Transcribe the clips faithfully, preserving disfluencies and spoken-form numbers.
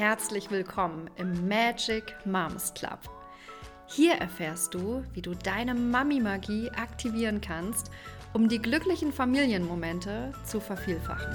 herzlich willkommen im Magic Moms Club. Hier erfährst du, wie du deine Mami-Magie aktivieren kannst, um die glücklichen Familienmomente zu vervielfachen.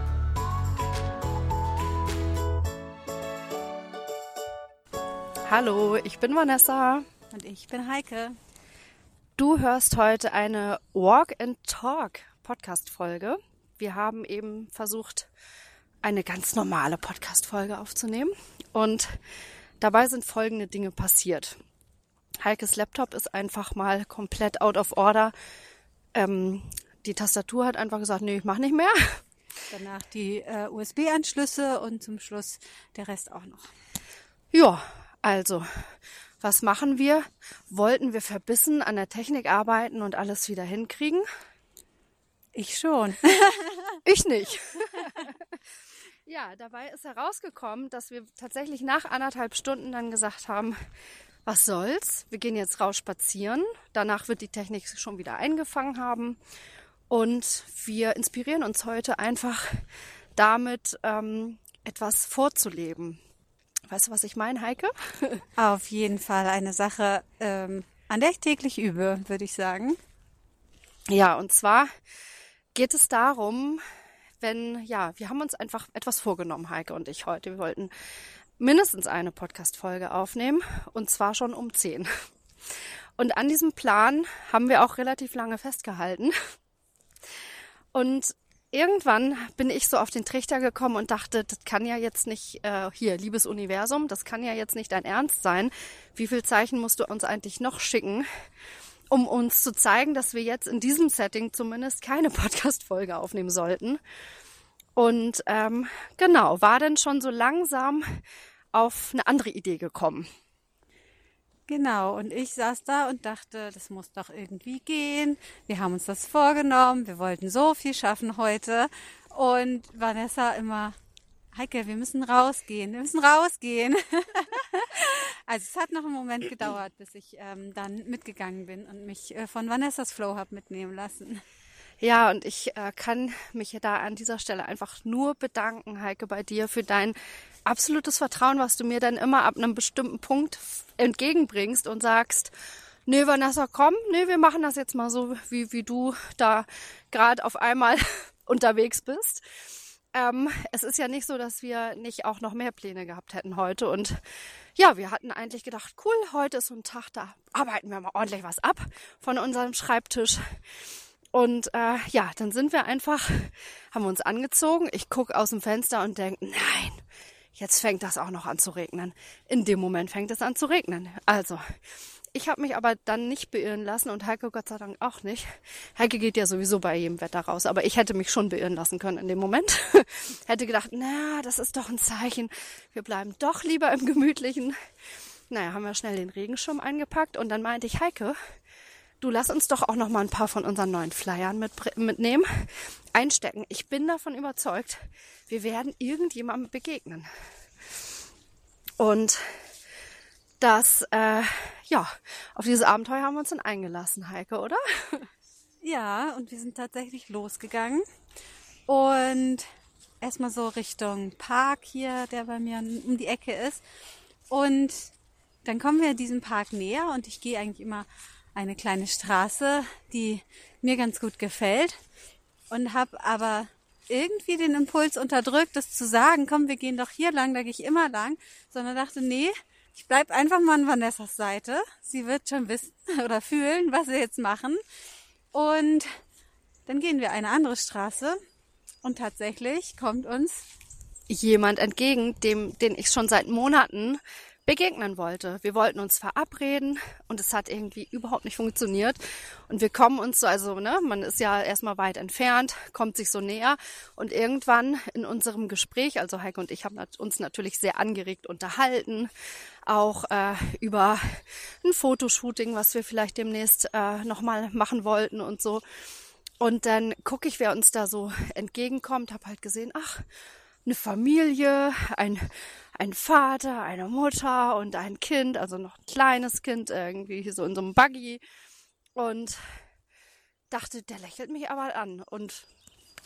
Hallo, ich bin Vanessa. Und ich bin Heike. Du hörst heute eine Walk and Talk Podcast-Folge. Wir haben eben versucht, eine ganz normale Podcast-Folge aufzunehmen. Und dabei sind folgende Dinge passiert. Heikes Laptop ist einfach mal komplett out of order. Ähm, die Tastatur hat einfach gesagt, nee, ich mach nicht mehr. Danach die äh, U S B-Anschlüsse und zum Schluss der Rest auch noch. Ja, also, was machen wir? Wollten wir verbissen an der Technik arbeiten und alles wieder hinkriegen? Ich schon. Ich nicht. Ja, dabei ist herausgekommen, dass wir tatsächlich nach anderthalb Stunden dann gesagt haben, was soll's, wir gehen jetzt raus spazieren. Danach wird die Technik schon wieder eingefangen haben. Und wir inspirieren uns heute einfach damit, ähm, etwas vorzuleben. Weißt du, was ich meine, Heike? Auf jeden Fall eine Sache, ähm, an der ich täglich übe, würde ich sagen. Ja, und zwar geht es darum, wenn, ja, wir haben uns einfach etwas vorgenommen, Heike und ich heute. Wir wollten mindestens eine Podcast-Folge aufnehmen und zwar schon um zehn. Und an diesem Plan haben wir auch relativ lange festgehalten. Und irgendwann bin ich so auf den Trichter gekommen und dachte, das kann ja jetzt nicht, äh, hier, liebes Universum, das kann ja jetzt nicht dein Ernst sein. Wie viel Zeichen musst du uns eigentlich noch schicken, um uns zu zeigen, dass wir jetzt in diesem Setting zumindest keine Podcast-Folge aufnehmen sollten? Und ähm, genau, war dann schon so langsam auf eine andere Idee gekommen. Genau, und ich saß da und dachte, das muss doch irgendwie gehen. Wir haben uns das vorgenommen, wir wollten so viel schaffen heute. Und Vanessa immer, Heike, wir müssen rausgehen, wir müssen rausgehen. Also es hat noch einen Moment gedauert, bis ich ähm, dann mitgegangen bin und mich äh, von Vanessas Flow habe mitnehmen lassen. Ja, und ich äh, kann mich da an dieser Stelle einfach nur bedanken, Heike, bei dir für dein absolutes Vertrauen, was du mir dann immer ab einem bestimmten Punkt entgegenbringst und sagst, nee, Vanessa, komm, nee, wir machen das jetzt mal so, wie, wie du da gerade auf einmal unterwegs bist. Ähm, es ist ja nicht so, dass wir nicht auch noch mehr Pläne gehabt hätten heute. Und ja, wir hatten eigentlich gedacht, cool, heute ist so ein Tag, da arbeiten wir mal ordentlich was ab von unserem Schreibtisch. Und äh, ja, dann sind wir einfach, haben wir uns angezogen. Ich gucke aus dem Fenster und denke, nein, jetzt fängt das auch noch an zu regnen. In dem Moment fängt es an zu regnen. Also, ich habe mich aber dann nicht beirren lassen und Heike Gott sei Dank auch nicht. Heike geht ja sowieso bei jedem Wetter raus, aber ich hätte mich schon beirren lassen können in dem Moment. Hätte gedacht, na, das ist doch ein Zeichen. Wir bleiben doch lieber im Gemütlichen. Naja, haben wir schnell den Regenschirm eingepackt und dann meinte ich, Heike, du, lass uns doch auch noch mal ein paar von unseren neuen Flyern mit, mitnehmen, einstecken. Ich bin davon überzeugt, wir werden irgendjemandem begegnen. Und das, äh, ja, auf dieses Abenteuer haben wir uns dann eingelassen, Heike, oder? Ja, und wir sind tatsächlich losgegangen und erstmal so Richtung Park hier, der bei mir um die Ecke ist. Und dann kommen wir diesem Park näher und ich gehe eigentlich immer eine kleine Straße, die mir ganz gut gefällt und habe aber irgendwie den Impuls unterdrückt, das zu sagen, komm, wir gehen doch hier lang, da gehe ich immer lang, sondern dachte, nee, ich bleib einfach mal an Vanessas Seite. Sie wird schon wissen oder fühlen, was wir jetzt machen. Und dann gehen wir eine andere Straße und tatsächlich kommt uns jemand entgegen, dem, den ich schon seit Monaten begegnen wollte. Wir wollten uns verabreden und es hat irgendwie überhaupt nicht funktioniert. Und wir kommen uns so, also ne, man ist ja erstmal weit entfernt, kommt sich so näher und irgendwann in unserem Gespräch, also Heike und ich haben uns natürlich sehr angeregt unterhalten, auch äh, über ein Fotoshooting, was wir vielleicht demnächst äh, nochmal machen wollten und so. Und dann gucke ich, wer uns da so entgegenkommt, habe halt gesehen, ach, eine Familie, ein ein Vater, eine Mutter und ein Kind, also noch ein kleines Kind, irgendwie so in so einem Buggy. Und dachte, der lächelt mich aber an und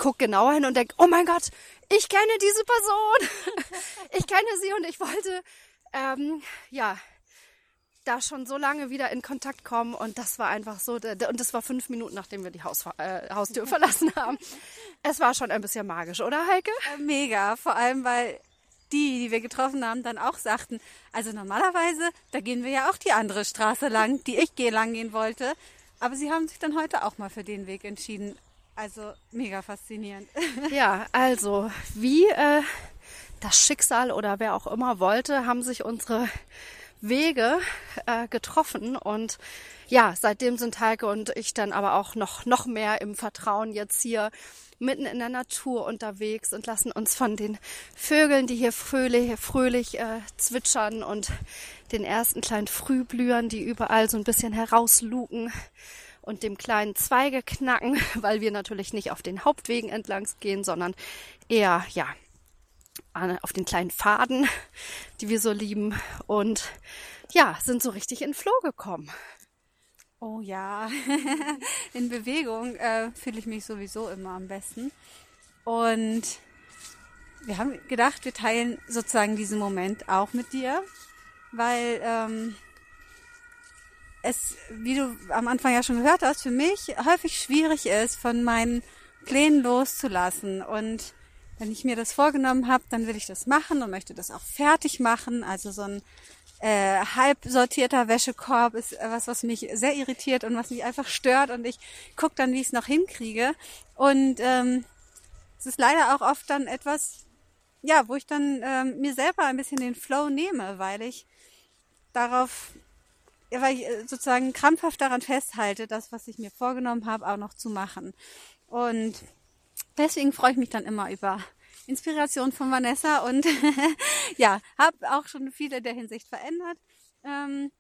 gucke genauer hin und denke, oh mein Gott, ich kenne diese Person. Ich kenne sie und ich wollte, ähm, ja, da schon so lange wieder in Kontakt kommen und das war einfach so, und das war fünf Minuten, nachdem wir die Haus, äh, Haustür verlassen haben. Es war schon ein bisschen magisch, oder Heike? Mega, vor allem, weil die, die wir getroffen haben, dann auch sagten, also normalerweise, da gehen wir ja auch die andere Straße lang, die ich lang gehen wollte, aber sie haben sich dann heute auch mal für den Weg entschieden. Also mega faszinierend. Ja, also wie äh, das Schicksal oder wer auch immer wollte, haben sich unsere Wege äh, getroffen und ja, seitdem sind Heike und ich dann aber auch noch noch mehr im Vertrauen jetzt hier mitten in der Natur unterwegs und lassen uns von den Vögeln, die hier fröhlich, fröhlich äh, zwitschern und den ersten kleinen Frühblühern, die überall so ein bisschen herausluken und dem kleinen Zweige knacken, weil wir natürlich nicht auf den Hauptwegen entlang gehen, sondern eher ja auf den kleinen Pfaden, die wir so lieben und ja, sind so richtig in Flow gekommen. Oh ja, in Bewegung äh, fühle ich mich sowieso immer am besten. Und wir haben gedacht, wir teilen sozusagen diesen Moment auch mit dir, weil ähm, es, wie du am Anfang ja schon gehört hast, für mich häufig schwierig ist, von meinen Plänen loszulassen. Und wenn ich mir das vorgenommen habe, dann will ich das machen und möchte das auch fertig machen. Also so ein äh, halb sortierter Wäschekorb ist was, was mich sehr irritiert und was mich einfach stört. Und ich gucke dann, wie ich es noch hinkriege. Und ähm, es ist leider auch oft dann etwas, ja, wo ich dann ähm, mir selber ein bisschen den Flow nehme, weil ich darauf, ja, weil ich sozusagen krampfhaft daran festhalte, das, was ich mir vorgenommen habe, auch noch zu machen. Und deswegen freue ich mich dann immer über Inspiration von Vanessa und ja, habe auch schon viel in der Hinsicht verändert. Ähm,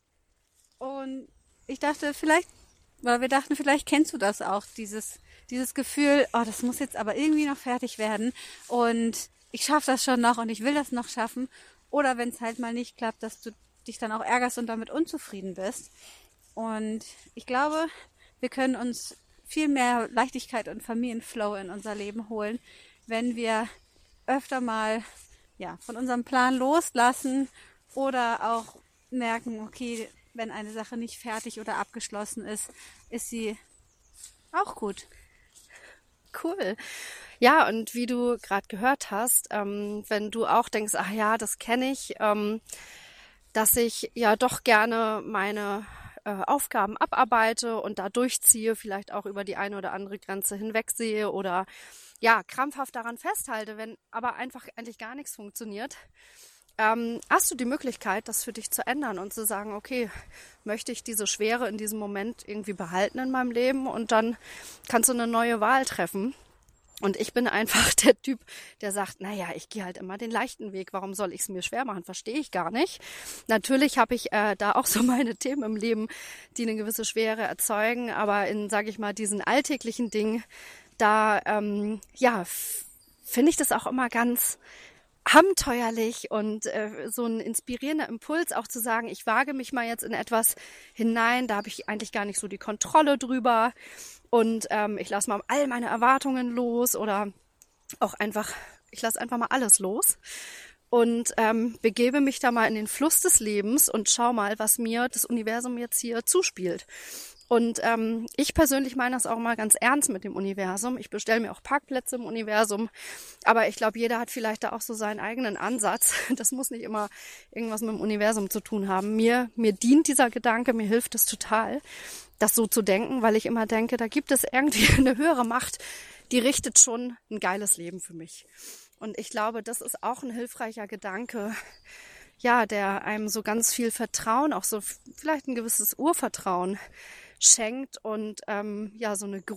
und ich dachte, vielleicht, weil wir dachten, vielleicht kennst du das auch, dieses, dieses Gefühl, oh, das muss jetzt aber irgendwie noch fertig werden und ich schaffe das schon noch und ich will das noch schaffen. Oder wenn es halt mal nicht klappt, dass du dich dann auch ärgerst und damit unzufrieden bist. Und ich glaube, wir können uns viel mehr Leichtigkeit und Familienflow in unser Leben holen, wenn wir öfter mal ja, von unserem Plan loslassen oder auch merken, okay, wenn eine Sache nicht fertig oder abgeschlossen ist, ist sie auch gut. Cool. Ja, und wie du gerade gehört hast, ähm, wenn du auch denkst, ach ja, das kenne ich, ähm, dass ich ja doch gerne meine äh, Aufgaben abarbeite und da durchziehe, vielleicht auch über die eine oder andere Grenze hinwegsehe oder ja, krampfhaft daran festhalte, wenn aber einfach eigentlich gar nichts funktioniert, ähm, hast du die Möglichkeit, das für dich zu ändern und zu sagen, okay, möchte ich diese Schwere in diesem Moment irgendwie behalten in meinem Leben und dann kannst du eine neue Wahl treffen. Und ich bin einfach der Typ, der sagt, naja, ich gehe halt immer den leichten Weg. Warum soll ich es mir schwer machen? Verstehe ich gar nicht. Natürlich habe ich äh, da auch so meine Themen im Leben, die eine gewisse Schwere erzeugen. Aber in, sage ich mal, diesen alltäglichen Dingen, da ähm, ja, finde ich das auch immer ganz abenteuerlich und äh, so ein inspirierender Impuls auch zu sagen, ich wage mich mal jetzt in etwas hinein, da habe ich eigentlich gar nicht so die Kontrolle drüber und ähm, ich lasse mal all meine Erwartungen los oder auch einfach, ich lasse einfach mal alles los und ähm, begebe mich da mal in den Fluss des Lebens und schau mal, was mir das Universum jetzt hier zuspielt. Und ähm, ich persönlich meine das auch mal ganz ernst mit dem Universum. Ich bestelle mir auch Parkplätze im Universum. Aber ich glaube, jeder hat vielleicht da auch so seinen eigenen Ansatz. Das muss nicht immer irgendwas mit dem Universum zu tun haben. Mir, mir dient dieser Gedanke, mir hilft es total, das so zu denken, weil ich immer denke, da gibt es irgendwie eine höhere Macht, die richtet schon ein geiles Leben für mich. Und ich glaube, das ist auch ein hilfreicher Gedanke, ja, der einem so ganz viel Vertrauen, auch so vielleicht ein gewisses Urvertrauen schenkt und ähm, ja so eine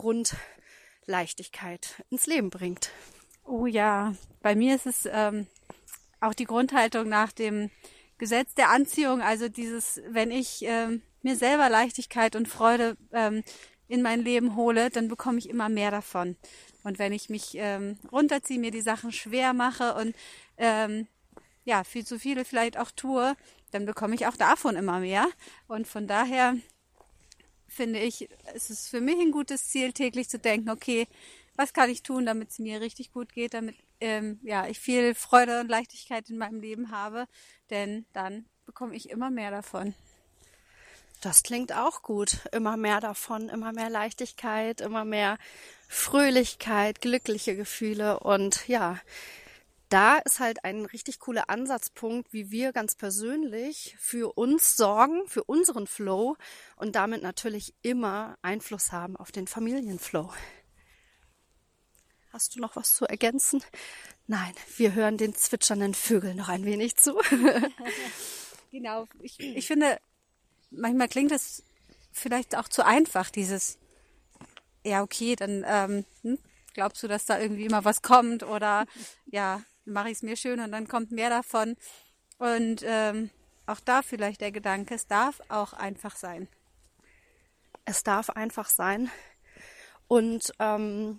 Grundleichtigkeit ins Leben bringt. Oh ja, bei mir ist es ähm, auch die Grundhaltung nach dem Gesetz der Anziehung, also dieses, wenn ich ähm, mir selber Leichtigkeit und Freude ähm, in mein Leben hole, dann bekomme ich immer mehr davon. Und wenn ich mich ähm, runterziehe, mir die Sachen schwer mache und ähm, ja, viel zu viele vielleicht auch tue, dann bekomme ich auch davon immer mehr. Und von daher finde ich, es ist für mich ein gutes Ziel, täglich zu denken, okay, was kann ich tun, damit es mir richtig gut geht, damit ähm, ja, ich viel Freude und Leichtigkeit in meinem Leben habe, denn dann bekomme ich immer mehr davon. Das klingt auch gut. Immer mehr davon, immer mehr Leichtigkeit, immer mehr Fröhlichkeit, glückliche Gefühle. Und ja, da ist halt ein richtig cooler Ansatzpunkt, wie wir ganz persönlich für uns sorgen, für unseren Flow und damit natürlich immer Einfluss haben auf den Familienflow. Hast du noch was zu ergänzen? Nein, wir hören den zwitschernden Vögeln noch ein wenig zu. Genau, ich, ich finde, manchmal klingt es vielleicht auch zu einfach, dieses, ja okay, dann ähm, hm, glaubst du, dass da irgendwie immer was kommt oder ja, mache ich es mir schön und dann kommt mehr davon. Und ähm, auch da vielleicht der Gedanke, es darf auch einfach sein. Es darf einfach sein. Und ähm,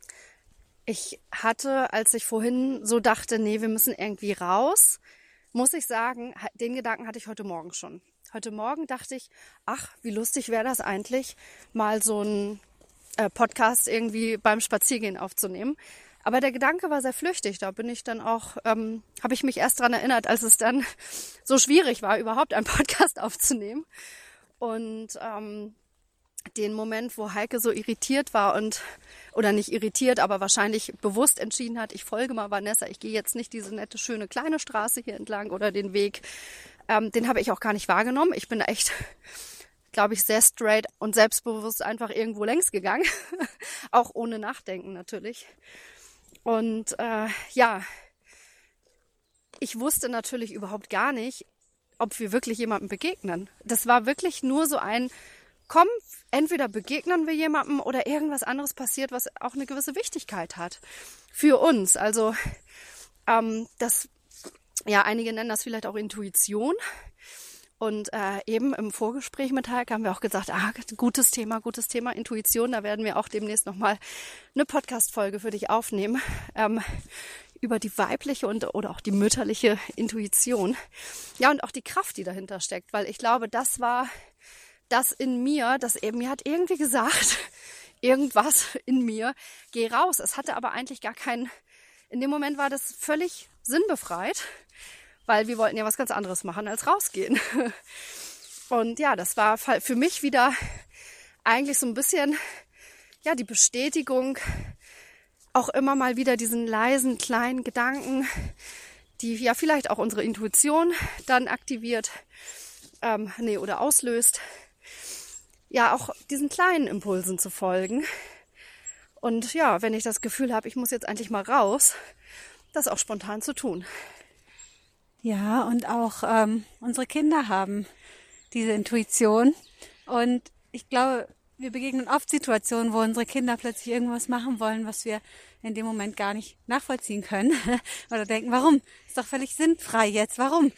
ich hatte, als ich vorhin so dachte, nee, wir müssen irgendwie raus, muss ich sagen, den Gedanken hatte ich heute Morgen schon. Heute Morgen dachte ich, ach, wie lustig wäre das eigentlich, mal so einen äh, Podcast irgendwie beim Spaziergehen aufzunehmen. Aber der Gedanke war sehr flüchtig. Da bin ich dann auch, ähm, habe ich mich erst dran erinnert, als es dann so schwierig war, überhaupt einen Podcast aufzunehmen. Und ähm, den Moment, wo Heike so irritiert war und, oder nicht irritiert, aber wahrscheinlich bewusst entschieden hat, ich folge mal Vanessa, ich gehe jetzt nicht diese nette, schöne, kleine Straße hier entlang oder den Weg, ähm, den habe ich auch gar nicht wahrgenommen. Ich bin echt, glaube ich, sehr straight und selbstbewusst einfach irgendwo längs gegangen, auch ohne Nachdenken natürlich. Und äh, ja, ich wusste natürlich überhaupt gar nicht, ob wir wirklich jemandem begegnen. Das war wirklich nur so ein, komm, entweder begegnen wir jemandem oder irgendwas anderes passiert, was auch eine gewisse Wichtigkeit hat für uns. Also ähm, das, ja, einige nennen das vielleicht auch Intuition. Und äh, eben im Vorgespräch mit Heike haben wir auch gesagt, ah, gutes Thema, gutes Thema, Intuition. Da werden wir auch demnächst nochmal eine Podcast-Folge für dich aufnehmen ähm, über die weibliche und oder auch die mütterliche Intuition. Ja, und auch die Kraft, die dahinter steckt. Weil ich glaube, das war das in mir, das eben mir hat irgendwie gesagt, irgendwas in mir, geh raus. Es hatte aber eigentlich gar keinen, in dem Moment war das völlig sinnbefreit, weil wir wollten ja was ganz anderes machen als rausgehen. Und ja, das war für mich wieder eigentlich so ein bisschen, ja, die Bestätigung, auch immer mal wieder diesen leisen, kleinen Gedanken, die ja vielleicht auch unsere Intuition dann aktiviert, ähm, nee, oder auslöst, ja, auch diesen kleinen Impulsen zu folgen. Und ja, wenn ich das Gefühl habe, ich muss jetzt eigentlich mal raus, das auch spontan zu tun. Ja, und auch ähm, unsere Kinder haben diese Intuition. Und ich glaube, wir begegnen oft Situationen, wo unsere Kinder plötzlich irgendwas machen wollen, was wir in dem Moment gar nicht nachvollziehen können. Oder denken, warum? Ist doch völlig sinnfrei jetzt, warum?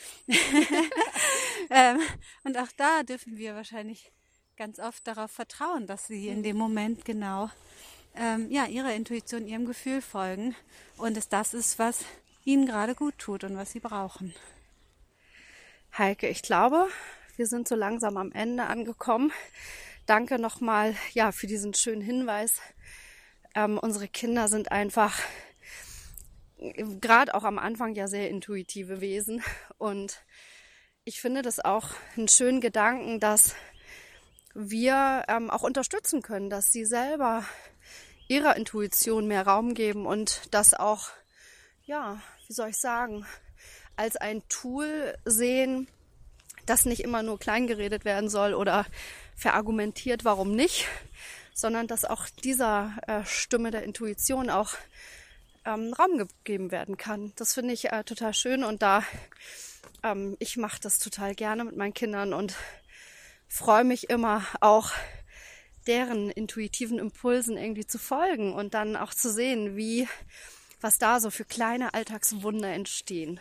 ähm, und auch da dürfen wir wahrscheinlich ganz oft darauf vertrauen, dass sie in dem Moment genau ähm, ja, ihrer Intuition, ihrem Gefühl folgen. Und es das ist, was ihnen gerade gut tut und was sie brauchen. Heike, ich glaube, wir sind so langsam am Ende angekommen. Danke nochmal ja, für diesen schönen Hinweis. Ähm, unsere Kinder sind einfach gerade auch am Anfang ja sehr intuitive Wesen. Und ich finde das auch einen schönen Gedanken, dass wir ähm, auch unterstützen können, dass sie selber ihrer Intuition mehr Raum geben und das auch, ja, wie soll ich sagen, als ein Tool sehen, das nicht immer nur klein geredet werden soll oder verargumentiert, warum nicht, sondern dass auch dieser äh, Stimme der Intuition auch ähm, Raum gegeben werden kann. Das finde ich äh, total schön und da ähm, ich mache das total gerne mit meinen Kindern und freue mich immer auch deren intuitiven Impulsen irgendwie zu folgen und dann auch zu sehen, wie was da so für kleine Alltagswunder entstehen.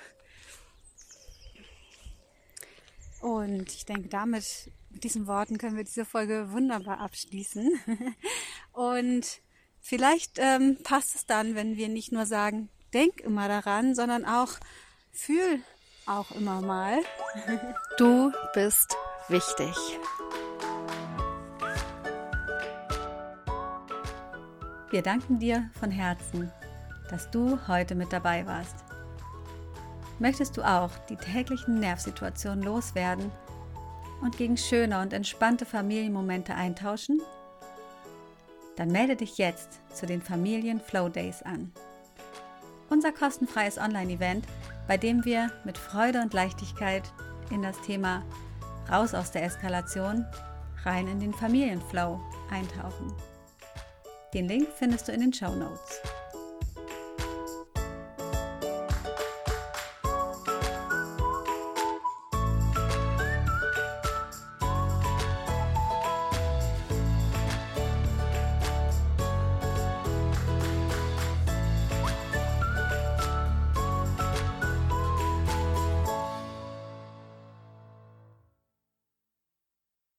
Und ich denke, damit, mit diesen Worten können wir diese Folge wunderbar abschließen. Und vielleicht ähm, passt es dann, wenn wir nicht nur sagen, denk immer daran, sondern auch fühl auch immer mal. Du bist wichtig. Wir danken dir von Herzen, dass du heute mit dabei warst. Möchtest du auch die täglichen Nervsituationen loswerden und gegen schöne und entspannte Familienmomente eintauschen? Dann melde dich jetzt zu den Familien Flow Days an. Unser kostenfreies Online-Event, bei dem wir mit Freude und Leichtigkeit in das Thema raus aus der Eskalation, rein in den Familienflow eintauchen. Den Link findest du in den Shownotes.